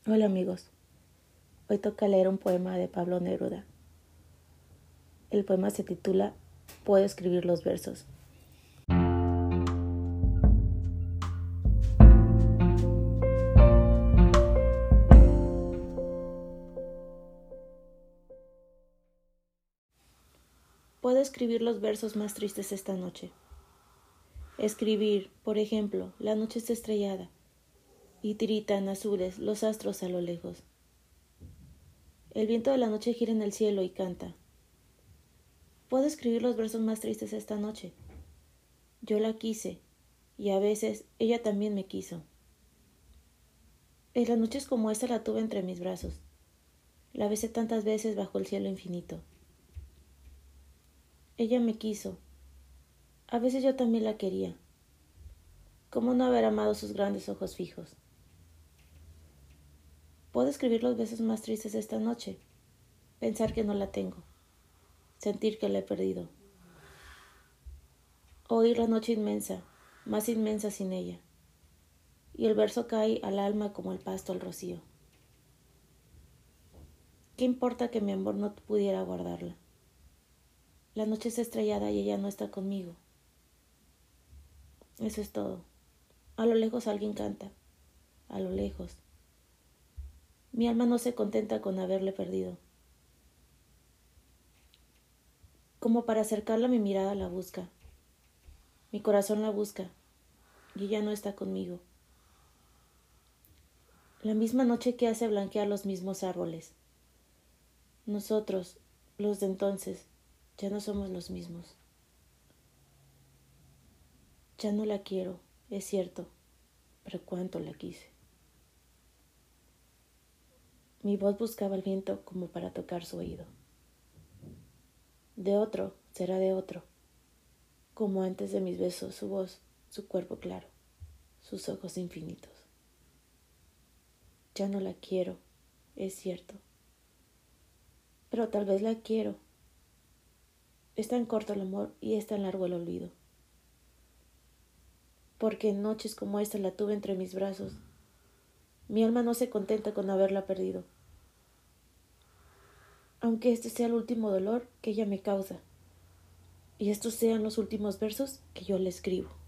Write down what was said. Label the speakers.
Speaker 1: Hola amigos, hoy toca leer un poema de Pablo Neruda. El poema se titula Puedo escribir los versos. Puedo escribir los versos más tristes esta noche. Escribir, por ejemplo, la noche está estrellada y tiritan azules los astros a lo lejos. El viento de la noche gira en el cielo y canta. Puedo escribir los versos más tristes esta noche. Yo la quise y a veces ella también me quiso. En las noches como esta la tuve entre mis brazos. La besé tantas veces bajo el cielo infinito. Ella me quiso. A veces yo también la quería. ¿Cómo no haber amado sus grandes ojos fijos? Puedo escribir los besos más tristes de esta noche. Pensar que no la tengo. Sentir que la he perdido. Oír la noche inmensa, más inmensa sin ella. Y el verso cae al alma como el pasto al rocío. ¿Qué importa que mi amor no pudiera guardarla? La noche está estrellada y ella no está conmigo. Eso es todo. A lo lejos alguien canta. A lo lejos. Mi alma no se contenta con haberle perdido. Como para acercarla, mi mirada la busca. Mi corazón la busca y ella no está conmigo. La misma noche que hace blanquear los mismos árboles. Nosotros, los de entonces, ya no somos los mismos. Ya no la quiero, es cierto, pero cuánto la quise. Mi voz buscaba el viento como para tocar su oído. De otro, será de otro, como antes de mis besos, su voz, su cuerpo claro, sus ojos infinitos. Ya no la quiero, es cierto, pero tal vez la quiero. Es tan corto el amor y es tan largo el olvido. Porque en noches como esta la tuve entre mis brazos. Mi alma no se contenta con haberla perdido. Aunque este sea el último dolor que ella me causa, y estos sean los últimos versos que yo le escribo.